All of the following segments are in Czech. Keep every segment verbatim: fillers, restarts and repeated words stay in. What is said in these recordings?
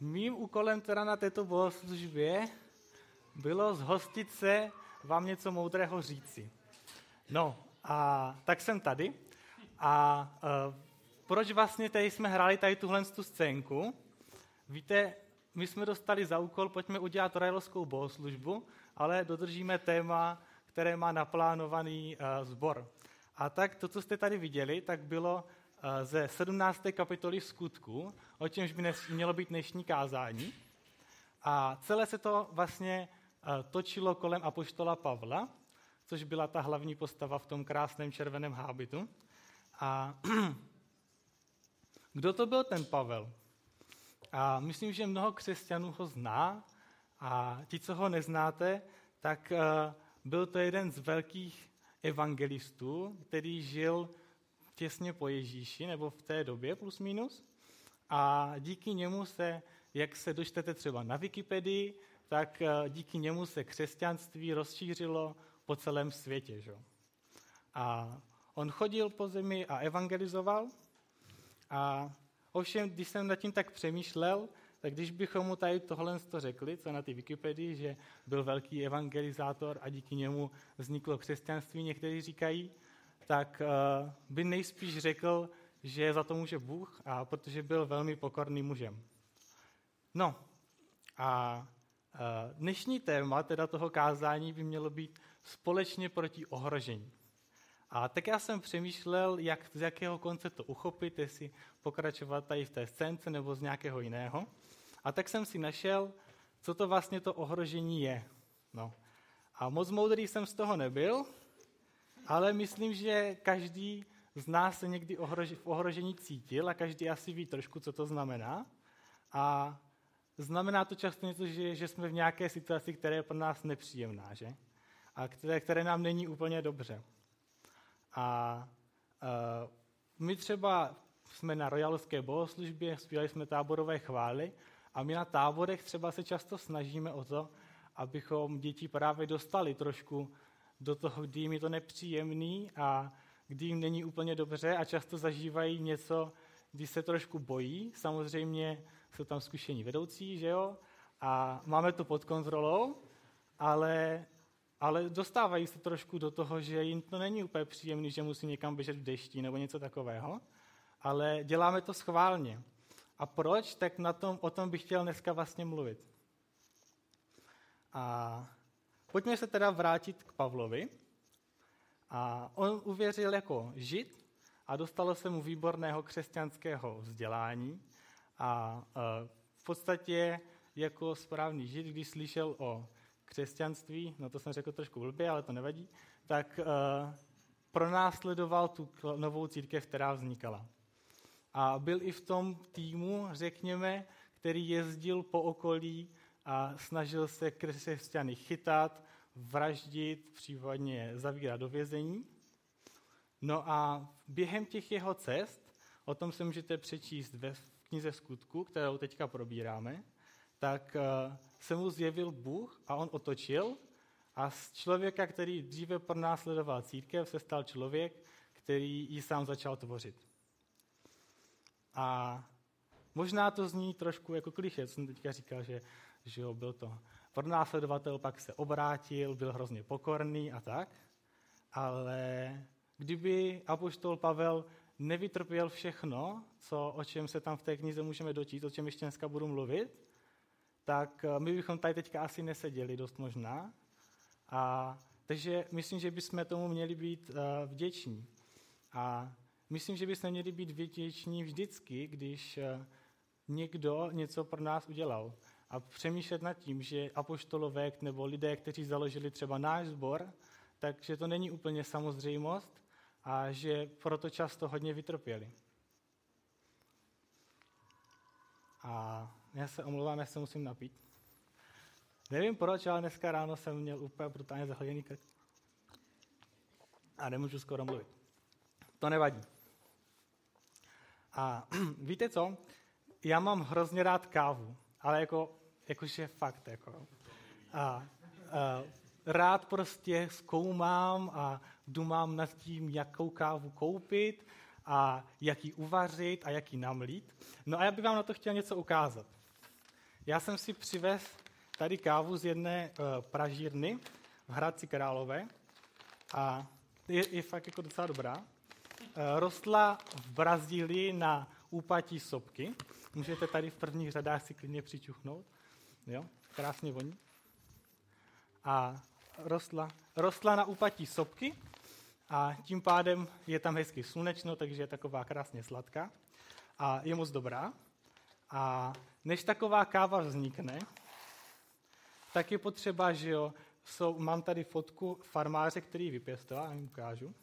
Mým úkolem teda na této bohoslužbě bylo zhostit se vám něco moudrého říci. No, a tak jsem tady. A uh, proč vlastně tady jsme hráli tady tuhle tu scénku? Víte, my jsme dostali za úkol, pojďme udělat rajlovskou bohoslužbu, ale dodržíme téma, které má naplánovaný uh, sbor. A tak to, co jste tady viděli, tak bylo uh, ze sedmnácté kapitoly Skutků, o čemž by nes, mělo být dnešní kázání. A celé se to vlastně uh, točilo kolem apoštola Pavla, což byla ta hlavní postava v tom krásném červeném hábitu. A kdo to byl ten Pavel? A myslím, že mnoho křesťanů ho zná a ti, co ho neznáte, tak uh, byl to jeden z velkých evangelistů, který žil těsně po Ježíši, nebo v té době plus minus. A díky němu se, jak se dočtete třeba na Wikipedii, tak uh, díky němu se křesťanství rozšířilo po celém světě. Že? A on chodil po zemi a evangelizoval. A ovšem, když jsem nad tím tak přemýšlel, tak když bychom mu tady tohle řekli, co na té Wikipedii, že byl velký evangelizátor a díky němu vzniklo křesťanství, někteří říkají, tak uh, by nejspíš řekl, že za to může Bůh, a protože byl velmi pokorným mužem. No a uh, dnešní téma teda toho kázání by mělo být společně proti ohrožení. A tak já jsem přemýšlel, jak, z jakého konce to uchopit, jestli pokračovat tady v té scénce nebo z nějakého jiného. A tak jsem si našel, co to vlastně to ohrožení je. No. A moc moudrý jsem z toho nebyl, ale myslím, že každý z nás se někdy ohrož- v ohrožení cítil a každý asi ví trošku, co to znamená. A znamená to často něco, že, že jsme v nějaké situaci, která je pro nás nepříjemná, že? A které, které nám není úplně dobře. A uh, my třeba jsme na royalské bohoslužbě, zpívali jsme táborové chvály a my na táborech třeba se často snažíme o to, abychom děti právě dostali trošku do toho, kdy jim je to nepříjemný a kdy jim není úplně dobře a často zažívají něco, kdy se trošku bojí. Samozřejmě jsou tam zkušení vedoucí, že jo? A máme to pod kontrolou, ale... Ale dostávají se trošku do toho, že jim to není úplně příjemný, že musí někam běžet v dešti nebo něco takového, ale děláme to schválně. A proč? Tak na tom, o tom bych chtěl dneska vlastně mluvit. A pojďme se teda vrátit k Pavlovi. A on uvěřil jako žid a dostalo se mu výborného křesťanského vzdělání. A v podstatě jako správný žid, když slyšel o křesťanství, no to jsem řekl trošku blbě, ale to nevadí, tak uh, pronásledoval tu novou církev, která vznikala. A byl i v tom týmu, řekněme, který jezdil po okolí a snažil se křesťany chytat, vraždit, případně zavírat do vězení. No a během těch jeho cest, o tom se můžete přečíst ve knize Skutků, kterou teďka probíráme, tak uh, se mu zjevil Bůh a on otočil a z člověka, který dříve pronásledoval církev, se stal člověk, který ji sám začal tvořit. A možná to zní trošku jako klišé, co jsem teďka říkal, že, že jo, byl to pronásledovatel, pak se obrátil, byl hrozně pokorný a tak, ale kdyby apoštol Pavel nevytrpěl všechno, co, o čem se tam v té knize můžeme dočíst, o čem ještě dneska budu mluvit, tak my bychom tady teďka asi neseděli dost možná. A, takže myslím, že bychom tomu měli být uh, vděční. A myslím, že bychom měli být vděční vždycky, když uh, někdo něco pro nás udělal. A přemýšlet nad tím, že apoštolové nebo lidé, kteří založili třeba náš sbor, takže to není úplně samozřejmost a že proto často hodně vytrpěli. A já se omlouvám, já se musím napít. Nevím proč, ale dneska ráno jsem měl úplně brutálně zahladěný krk. A nemůžu skoro mluvit. To nevadí. A víte co? Já mám hrozně rád kávu, ale jako, jakože fakt. Jako. A, a rád prostě zkoumám a dumám nad tím, jakou kávu koupit a jak ji uvařit a jak ji namlít. No a já bych vám na to chtěl něco ukázat. Já jsem si přivez tady kávu z jedné uh, pražírny v Hradci Králové a je, je fakt jako docela dobrá. Uh, rostla v Brazílii na úpatí sopky. Můžete tady v prvních řadách si klidně přičuchnout. Jo, krásně voní. A rostla, rostla na úpatí sopky a tím pádem je tam hezky slunečno, takže je taková krásně sladká a je moc dobrá. A než taková káva vznikne, tak je potřeba, že jo, jsou, mám tady fotku farmáře, který ji vypěstoval, já jim ukážu.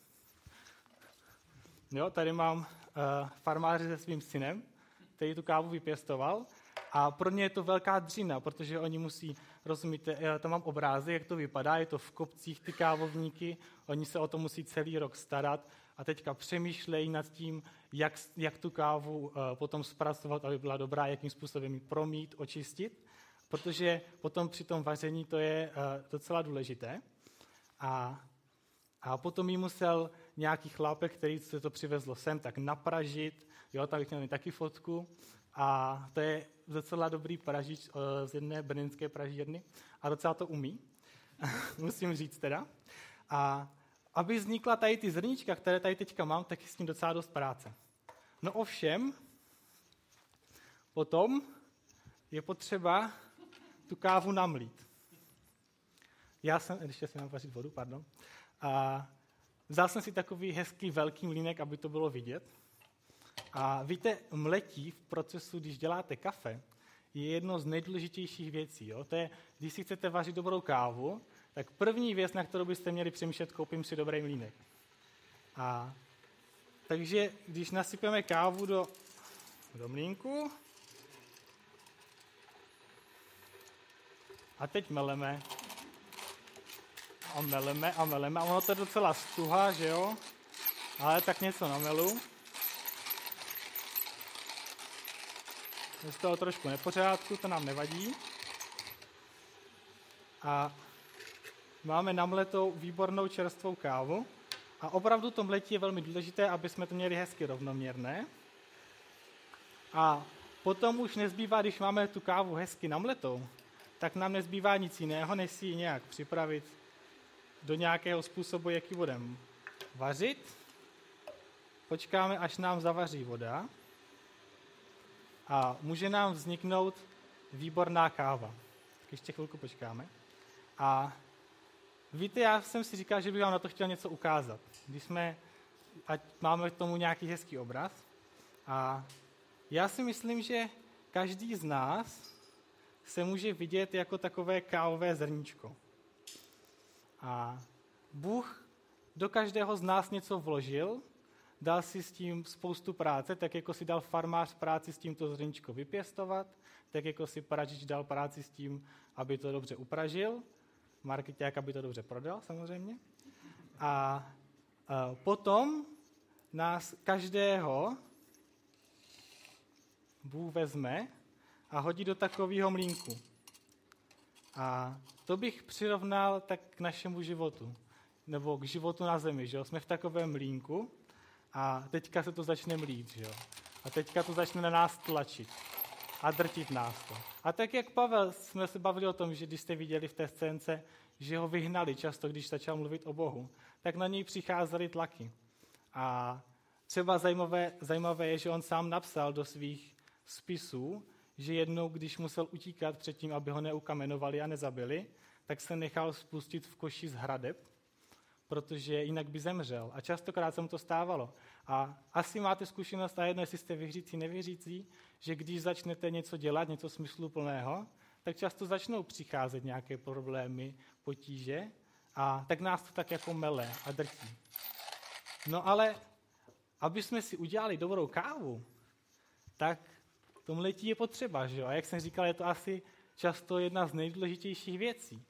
Jo, tady mám uh, farmáře se svým synem, který tu kávu vypěstoval a pro ně je to velká dřina, protože oni musí, rozumíte, já tam mám obrázek, jak to vypadá, je to v kopcích ty kávovníky, oni se o to musí celý rok starat a teďka přemýšlejí nad tím, jak, jak tu kávu uh, potom zpracovat, aby byla dobrá, jakým způsobem ji promít, očistit, protože potom při tom vaření to je uh, docela důležité. A, a potom jí musel nějaký chlápek, který se to přivezlo sem, tak napražit, jo, tam bych měl taky fotku. A to je docela dobrý pražič uh, z jedné brněnské pražírny a docela to umí, musím říct teda. A aby vznikla tady ty zrníčka, které tady teďka mám, tak je s tím docela dost práce. No ovšem, potom je potřeba tu kávu namlít. Já jsem, ještě si mám vařit vodu, pardon. A vzal jsem si takový hezký velký mlýnek, aby to bylo vidět. A víte, mletí v procesu, když děláte kafe, je jedno z nejdůležitějších věcí. Jo? To je, když si chcete vařit dobrou kávu, tak první věc, na kterou byste měli přemýšlet, koupím si dobrý mlýnek. A takže když nasypeme kávu do, do mlýnku a teď meleme a meleme a meleme a ono to je docela stuha, že jo? Ale tak něco namelu. Je z toho trošku nepořádku, to nám nevadí. A máme namletou výbornou čerstvou kávu. A opravdu to mletí je velmi důležité, aby jsme to měli hezky rovnoměrné. A potom už nezbývá, když máme tu kávu hezky namletou, tak nám nezbývá nic jiného, než si ji nějak připravit do nějakého způsobu, jaký budeme vařit. Počkáme, až nám zavaří voda. A může nám vzniknout výborná káva. Tak ještě chvilku počkáme. A víte, já jsem si říkal, že bych vám na to chtěl něco ukázat. Když jsme, ať máme k tomu nějaký hezký obraz. A já si myslím, že každý z nás se může vidět jako takové kávové zrníčko. A Bůh do každého z nás něco vložil, dal si s tím spoustu práce, tak jako si dal farmář práci s tímto zrníčko vypěstovat, tak jako si pražič dal práci s tím, aby to dobře upražil, marketák, aby to dobře prodal samozřejmě. A, a potom nás každého Bůh vezme a hodí do takového mlýnku. A to bych přirovnal tak k našemu životu, nebo k životu na zemi, že jo? Jsme v takovém mlýnku, a teďka se to začne mlít, že jo? A teďka to začne na nás tlačit a drtit nás to. A tak jak Pavel, jsme se bavili o tom, že když jste viděli v té scénce, že ho vyhnali často, když začal mluvit o Bohu, tak na něj přicházely tlaky. A třeba zajímavé, zajímavé je, že on sám napsal do svých spisů, že jednou, když musel utíkat před tím, aby ho neukamenovali a nezabili, tak se nechal spustit v koši z hradeb, protože jinak by zemřel. A častokrát se mu to stávalo. A asi máte zkušenost, a jedno, jestli jste věřící, nevěřící, že když začnete něco dělat, něco smysluplného, tak často začnou přicházet nějaké problémy, potíže, a tak nás to tak jako mele a drtí. No ale, aby jsme si udělali dobrou kávu, tak to mletí je potřeba, že jo? A jak jsem říkal, je to asi často jedna z nejdůležitějších věcí.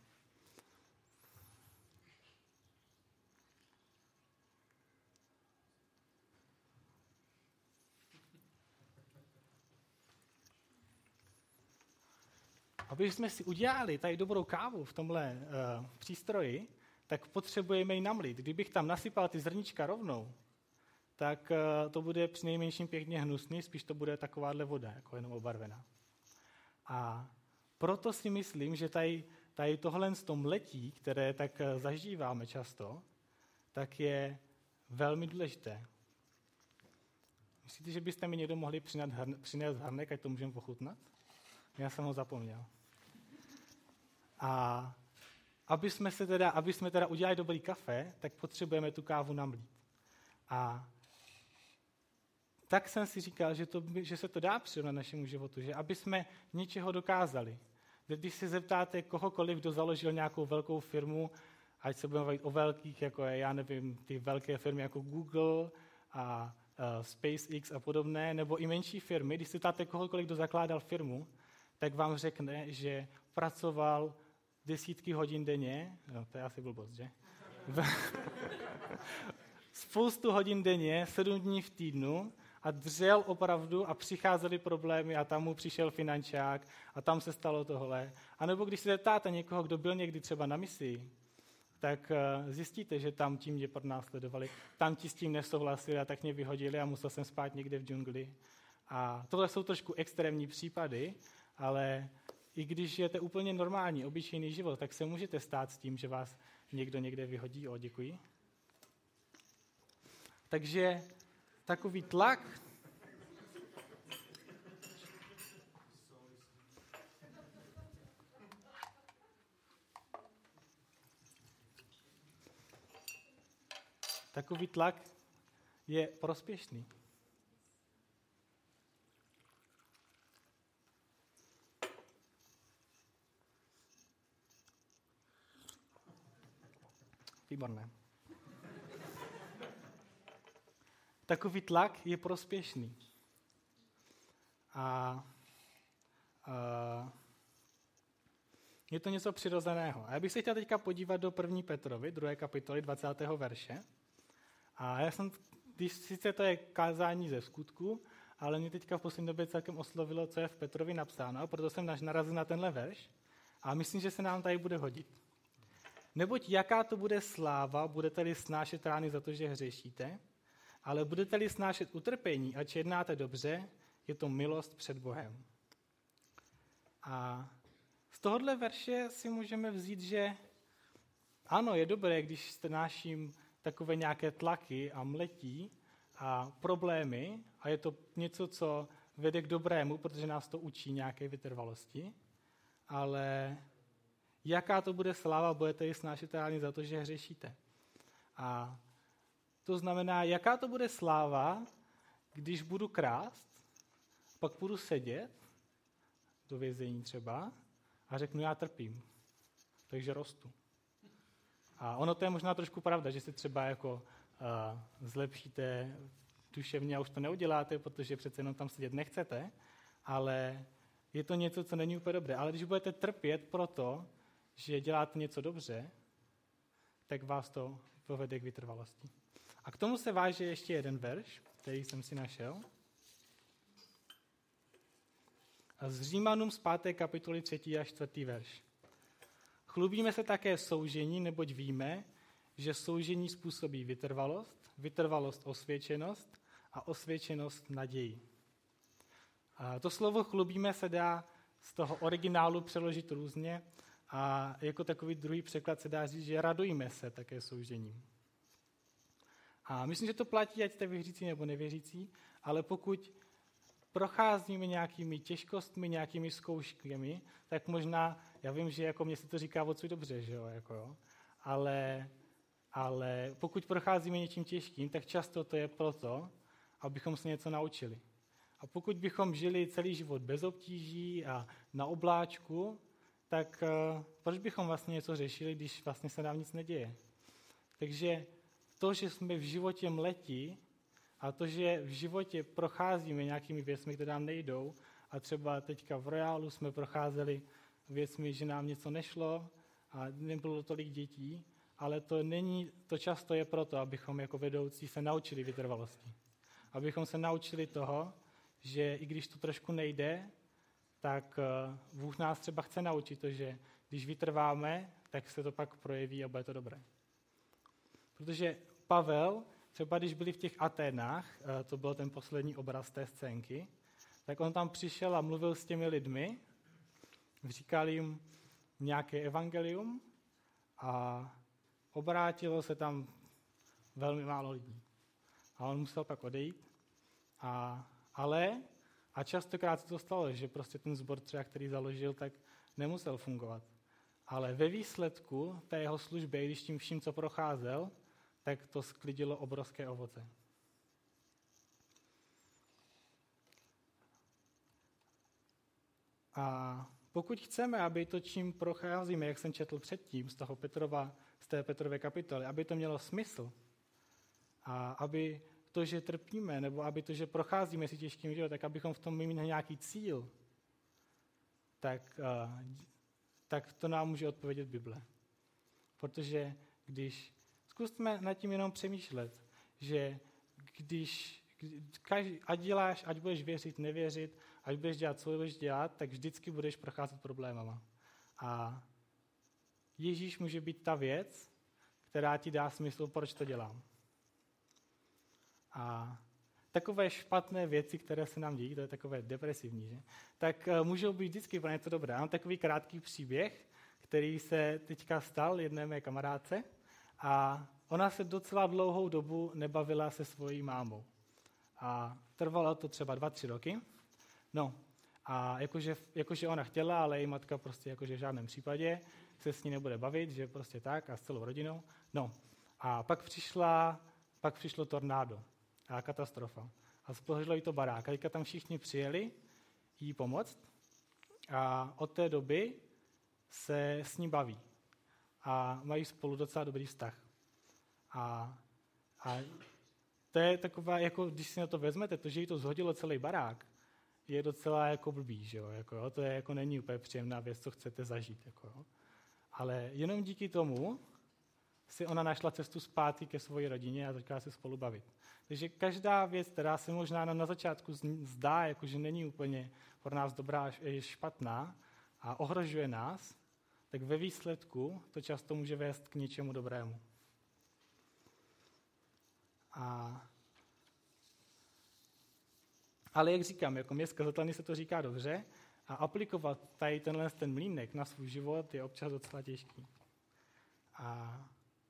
Aby jsme si udělali tady dobrou kávu v tomhle uh, přístroji, tak potřebujeme ji namlit. Kdybych tam nasypal ty zrnička rovnou, tak uh, to bude přinejmenším pěkně hnusný, spíš to bude takováhle voda, jako jenom obarvená. A proto si myslím, že tady, tady tohle z tom letí, které tak zažíváme často, tak je velmi důležité. Myslíte, že byste mi někdo mohli přinést, hrn, přinést hrnek, ať to můžeme pochutnat? Já jsem ho zapomněl. A aby jsme, se teda, aby jsme teda udělali dobrý kafe, tak potřebujeme tu kávu namlít. A tak jsem si říkal, že, to, že se to dá přirovnat našemu životu, že aby jsme něčeho dokázali. Když se zeptáte kohokoliv, kdo založil nějakou velkou firmu, ať se budeme bavit o velkých, jako je, já nevím, ty velké firmy jako Google a uh, SpaceX a podobné, nebo i menší firmy, když se ptáte kohokoliv, kdo zakládal firmu, tak vám řekne, že pracoval desítky hodin denně, no to je asi blbost, že? Spoustu hodin denně, sedm dní v týdnu a dřel opravdu a přicházely problémy a tam mu přišel finančák a tam se stalo tohle. A nebo když se zeptáte někoho, kdo byl někdy třeba na misi, tak zjistíte, že tam tím mě pronásledovali, tam ti s tím nesouhlasili a tak mě vyhodili a musel jsem spát někde v džungli. A tohle jsou trošku extrémní případy, ale i když žijete úplně normální, obyčejný život, tak se můžete stát s tím, že vás někdo někde vyhodí. O, děkuji. Takže takový tlak, takový tlak je prospěšný. Výborné. Takový tlak je prospěšný. A, a je to něco přirozeného. A já bych se chtěl teďka podívat do první Petrovi, druhé kapitoly, dvacátého verše. A já jsem, když sice to je kázání ze skutku, ale mě teďka v poslední době celkem oslovilo, co je v Petrovi napsáno, proto jsem narazil na tenhle verš a myslím, že se nám tady bude hodit. Neboť jaká to bude sláva, budete-li snášet rány za to, že hřešíte, ale budete-li snášet utrpení, ať jednáte dobře, je to milost před Bohem. A z tohohle verše si můžeme vzít, že ano, je dobré, když snáším takové nějaké tlaky a mletí a problémy a je to něco, co vede k dobrému, protože nás to učí nějaké vytrvalosti, ale jaká to bude sláva, budete-li snášet rány za to, že hřešíte. A to znamená, jaká to bude sláva, když budu krást, pak budu sedět do vězení třeba a řeknu, já trpím, takže rostu. A ono to je možná trošku pravda, že se třeba jako uh, zlepšíte duševně a už to neuděláte, protože přece jenom tam sedět nechcete, ale je to něco, co není úplně dobré. Ale když budete trpět proto, že děláte něco dobře, tak vás to povede k vytrvalosti. A k tomu se váže ještě jeden verš, který jsem si našel. A z Římanům z páté kapitoly třetí a čtvrtý verš. Chlubíme se také soužení, neboť víme, že soužení způsobí vytrvalost, vytrvalost osvědčenost a osvědčenost naději. A to slovo chlubíme se dá z toho originálu přeložit různě a jako takový druhý překlad se dá říct, že radujme se také soužením. A myslím, že to platí, ať jste věřící nebo nevěřící, ale pokud procházíme nějakými těžkostmi, nějakými zkouškami, tak možná, já vím, že jako mě se to říká odsud dobře, že jo, jako jo, ale, ale pokud procházíme něčím těžkým, tak často to je proto, abychom se něco naučili. A pokud bychom žili celý život bez obtíží a na obláčku, tak uh, proč bychom vlastně něco řešili, když vlastně se nám nic neděje? Takže to, že jsme v životě mletí a to, že v životě procházíme nějakými věcmi, které nám nejdou a třeba teďka v Royálu jsme procházeli věcmi, že nám něco nešlo a nebylo tolik dětí, ale to není, to často je proto, abychom jako vedoucí se naučili vytrvalosti. Abychom se naučili toho, že i když to trošku nejde, tak Bůh nás třeba chce naučit to, že když vytrváme, tak se to pak projeví a bude to dobré. Protože Pavel, třeba když byli v těch Aténách, to byl ten poslední obraz té scénky, tak on tam přišel a mluvil s těmi lidmi Říkal jim nějaké evangelium a obrátilo se tam velmi málo lidí. A on musel pak odejít. A, ale, a častokrát se to stalo, že prostě ten sbor třeba, který založil, tak nemusel fungovat. Ale ve výsledku té jeho služby, když tím vším, co procházel, tak to sklidilo obrovské ovoce. A pokud chceme, aby to, čím procházíme, jak jsem četl předtím z toho Petrova, z té Petrově kapitoly, aby to mělo smysl a aby to, že trpíme, nebo aby to, že procházíme si těžkým životem, tak abychom v tom měli nějaký cíl, tak, tak to nám může odpovědět Bible. Protože když, zkusme nad tím jenom přemýšlet, že když, každý, ať děláš, ať budeš věřit, nevěřit, ať budeš dělat, co budeš dělat, tak vždycky budeš procházet problémama. A Ježíš může být ta věc, která ti dá smysl, proč to dělám. A takové špatné věci, které se nám dějí, to je takové depresivní, že? Tak uh, můžou být vždycky pro něco dobré. Mám takový krátký příběh, který se teďka stal jedné mé kamarádce a ona se docela dlouhou dobu nebavila se svojí mámou. A trvalo to třeba dva, tři roky. No a jakože, jakože ona chtěla, ale její matka prostě jakože v žádném případě se s ní nebude bavit, že prostě tak a s celou rodinou. No a pak přišla, pak přišlo tornádo a katastrofa. A spohřilo jí to barák. A teďka tam všichni přijeli jí pomoct a od té doby se s ní baví. A mají spolu docela dobrý vztah. A, a to je taková, jako když si na to vezmete, to, že jí to zhodilo celý barák, je docela jako blbý, že jo? Jako, jo? To je, jako není úplně příjemná věc, co chcete zažít. Jako, jo? Ale jenom díky tomu si ona našla cestu zpátky ke své rodině a začala se spolu bavit. Takže každá věc, která se možná na začátku zdá, jako že není úplně pro nás dobrá, je špatná a ohrožuje nás, tak ve výsledku to často může vést k něčemu dobrému. A ale jak říkám, jako mě skazatelně se to říká dobře a aplikovat tady tenhle ten mlýnek na svůj život je občas docela těžký. A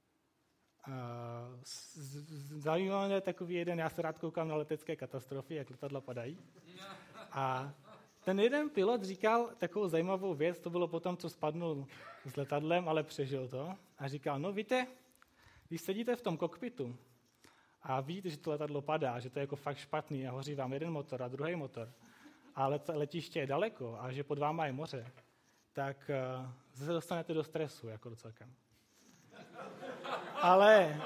zajímavý je takový jeden, já se rád koukám na letecké katastrofy, jak letadla padají. A ten jeden pilot říkal takovou zajímavou věc, to bylo potom, co spadnul s letadlem, ale přežil to. A říkal, no víte, když sedíte v tom kokpitu a vidíte, že to letadlo padá, že to je jako fakt špatný a hoří vám jeden motor a druhý motor, a letiště je daleko a že pod váma je moře, tak se dostanete do stresu, jako do celkem. Ale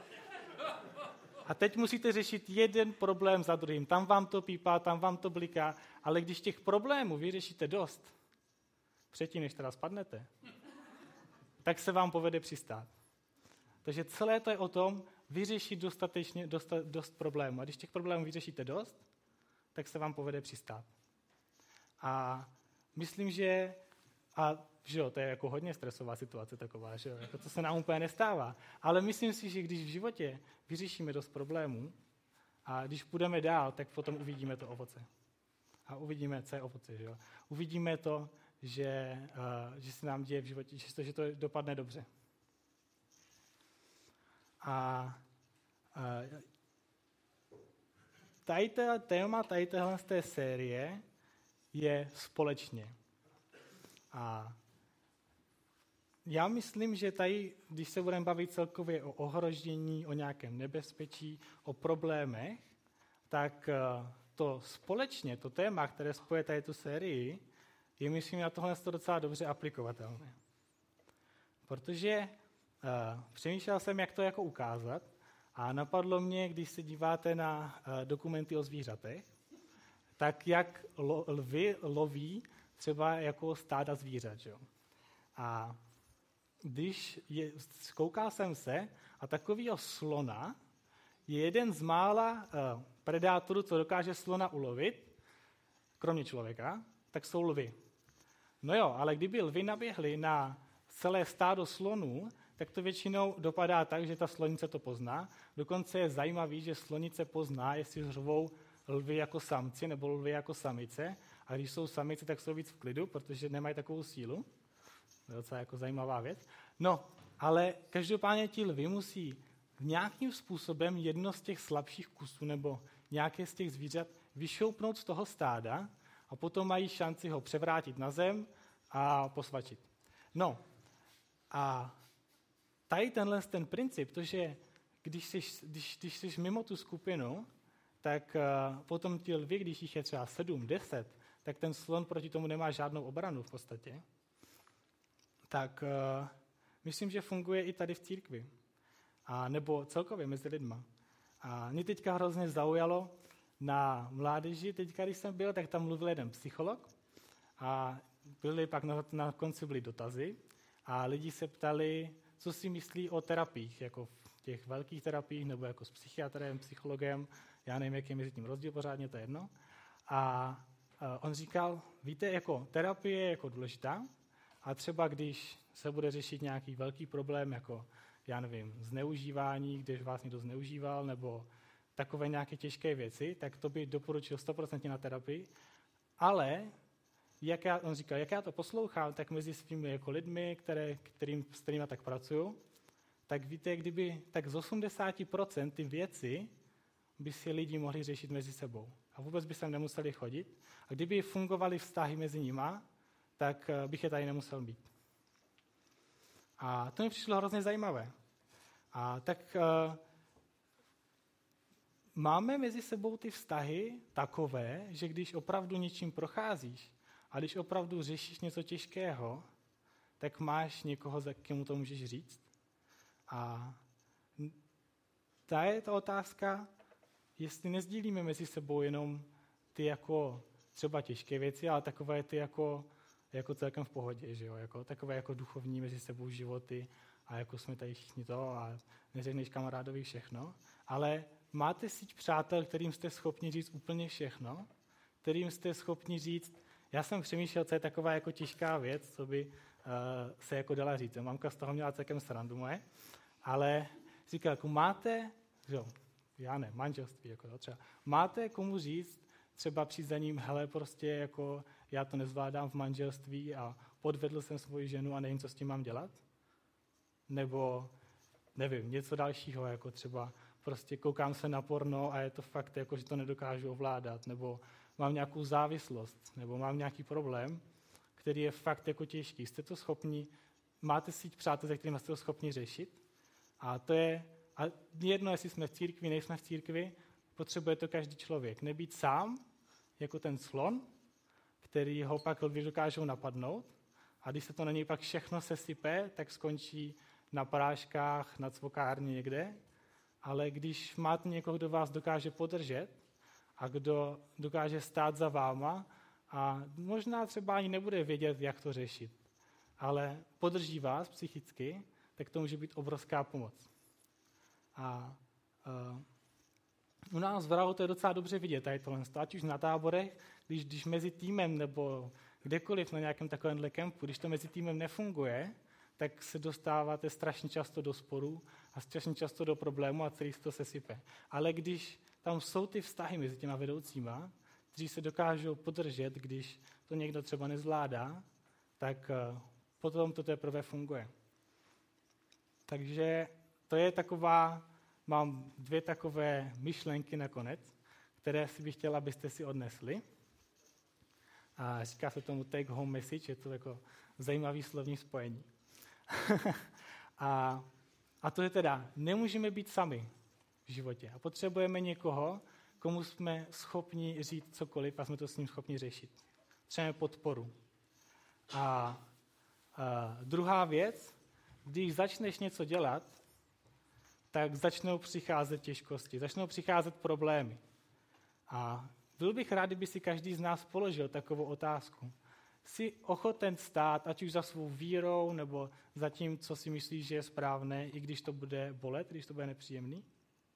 a teď musíte řešit jeden problém za druhým. Tam vám to pípá, tam vám to bliká, ale když těch problémů vyřešíte dost, předtím, než teda spadnete, tak se vám povede přistát. Takže celé to je o tom vyřešit dostatečně dost, dost problémů. A když těch problémů vyřešíte dost, tak se vám povede přistát. A myslím, že a že jo, to je jako hodně stresová situace taková, že jo, jako to se nám úplně nestává. Ale myslím si, že když v životě vyřešíme dost problémů a když půjdeme dál, tak potom uvidíme to ovoce. A uvidíme, co je ovoce, že jo. Uvidíme to, že, uh, že se nám děje v životě, že to, že to dopadne dobře. A uh, tady ta téma, tady téhle z té série je společně. A já myslím, že tady, když se budeme bavit celkově o ohrožení, o nějakém nebezpečí, o problémech, tak to společně, to téma, které spoje tady tu sérii, je, myslím, na tohle docela dobře aplikovatelné. Protože uh, přemýšlel jsem, jak to jako ukázat a napadlo mě, když se díváte na uh, dokumenty o zvířatech, tak jak lo, lvy loví třeba jako stáda zvířat. Že? A když je, koukal jsem se a takovýho slona je jeden z mála uh, predátorů, co dokáže slona ulovit, kromě člověka, tak jsou lvy. No jo, ale kdyby lvy naběhly na celé stádo slonů, tak to většinou dopadá tak, že ta slonice to pozná. Dokonce je zajímavý, že slonice pozná, jestli řvou lvy jako samci nebo lvy jako samice. a když jsou samice, tak jsou víc v klidu, protože nemají takovou sílu. To je docela jako zajímavá věc. No, ale každopádně ti lvi musí nějakým způsobem jedno z těch slabších kusů nebo nějaké z těch zvířat vyšoupnout z toho stáda a potom mají šanci ho převrátit na zem a posvačit. No a tady tenhle ten princip, to, že když jsi, když, když jsi mimo tu skupinu, tak uh, potom ti lvi, když jich je třeba sedm, deset, tak ten slon proti tomu nemá žádnou obranu v podstatě. Tak uh, myslím, že funguje i tady v církvi. A nebo celkově mezi lidma. A mě teďka hrozně zaujalo na mládeži, teďka když jsem byl, tak tam mluvil jeden psycholog a byly pak na, na konci byly dotazy a lidi se ptali, co si myslí o terapiích, jako v těch velkých terapiích, nebo jako s psychiatrem, psychologem, já nevím, jaký je mezi tím rozdíl pořádně, to je jedno. A, a on říkal, víte, jako terapie je jako důležitá a třeba když se bude řešit nějaký velký problém, jako já nevím, zneužívání, když vás někdo zneužíval, nebo takové nějaké těžké věci, tak to by doporučil sto procent na terapii. Ale, jak já, on říkal, jak já to poslouchám, tak mezi svými jako lidmi, které, kterým, s kterými tak pracuju, tak víte, kdyby tak z osmdesát procent ty věci by si lidi mohli řešit mezi sebou. A vůbec by sem nemuseli chodit. A kdyby fungovaly vztahy mezi nima, tak bych je tady nemusel mít. A to mi přišlo hrozně zajímavé. A tak uh, máme mezi sebou ty vztahy takové, že když opravdu něčím procházíš a když opravdu řešíš něco těžkého, tak máš někoho, za komu to můžeš říct. A ta je ta otázka, jestli nezdílíme mezi sebou jenom ty jako třeba těžké věci, ale takové ty jako, jako celkem v pohodě, že jo? Jako, takové jako duchovní mezi sebou životy a jako jsme tady všichni to a neřekneš kamarádovi všechno, ale máte síť přátel, kterým jste schopni říct úplně všechno, kterým jste schopni říct, já jsem přemýšlel, co je taková jako těžká věc, co by uh, se jako dala říct. Mamka z toho měla celkem srandu moje, ale říkala, jako máte, jo, já ne, manželství, jako jo, třeba, máte komu říct, třeba přijít za ním, hele, prostě jako já to nezvládám v manželství a podvedl jsem svoji ženu a nevím, co s tím mám dělat? Nebo, nevím, něco dalšího, jako třeba prostě koukám se na porno a je to fakt, jako, že to nedokážu ovládat, nebo mám nějakou závislost, nebo mám nějaký problém, který je fakt jako těžký. Jste to schopni, máte síť přátel, se kterými jste to schopni řešit? A to je, a jedno, jestli jsme v církvi, nejsme v církvi, potřebuje to každý člověk. Nebýt sám, jako ten slon, který ho pak lidi dokážou napadnout, a když se to na něj pak všechno sesype, tak skončí na práškách, na cvokárně někde, ale když máte někoho, kdo vás dokáže podržet a kdo dokáže stát za váma a možná třeba ani nebude vědět, jak to řešit, ale podrží vás psychicky, tak to může být obrovská pomoc. A uh, u nás v Rahu to je docela dobře vidět, tady tohle, ať už na táborech, když, když mezi týmem nebo kdekoliv na nějakém takovémhle kempu, když to mezi týmem nefunguje, tak se dostáváte strašně často do sporů a strašně často do problémů a celý se to sesype. Ale když tam jsou ty vztahy mezi těma vedoucíma, kteří se dokážou podržet, když to někdo třeba nezvládá, tak potom to teprve funguje. Takže to je taková, mám dvě takové myšlenky nakonec, které si bych chtěla, abyste si odnesli. A říká se tomu take home message, je to jako zajímavý slovní spojení. a, a to je teda, nemůžeme být sami v životě a potřebujeme někoho, komu jsme schopni říct cokoliv a jsme to s ním schopni řešit. Třeba podporu. A, a druhá věc, když začneš něco dělat, tak začnou přicházet těžkosti, začnou přicházet problémy. A byl bych rád, kdyby si každý z nás položil takovou otázku. Jsi ochoten stát, ať už za svou vírou, nebo za tím, co si myslíš, že je správné, i když to bude bolet, když to bude nepříjemný?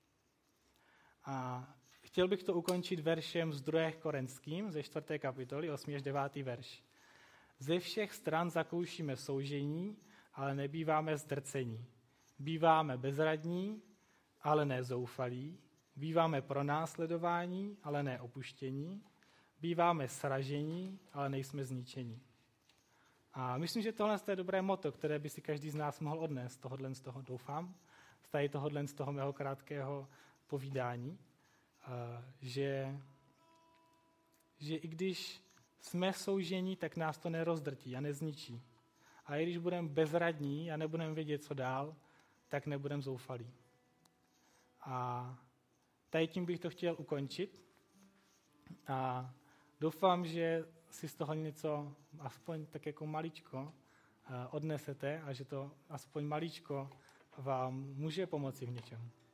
A chtěl bych to ukončit veršem z druhého Korinským, ze čtvrté kapitoly, osmý až devátý verš. Ze všech stran zakoušíme soužení, ale nebýváme zdrcení. Býváme bezradní, ale ne zoufalí. Býváme pronásledování, ale ne opuštění. býváme sražení, ale nejsme zničení. A myslím, že tohle je dobré motto, které by si každý z nás mohl odnést, tohodle z toho doufám, z tady tohodle z toho mého krátkého povídání, že, že i když jsme soužení, tak nás to nerozdrtí a nezničí. A i když budeme bezradní a nebudeme vědět, co dál, tak nebudeme zoufalí. A tady tím bych to chtěl ukončit. A doufám, že si z toho něco, aspoň tak jako maličko, odnesete a že to aspoň maličko vám může pomoci v něčem.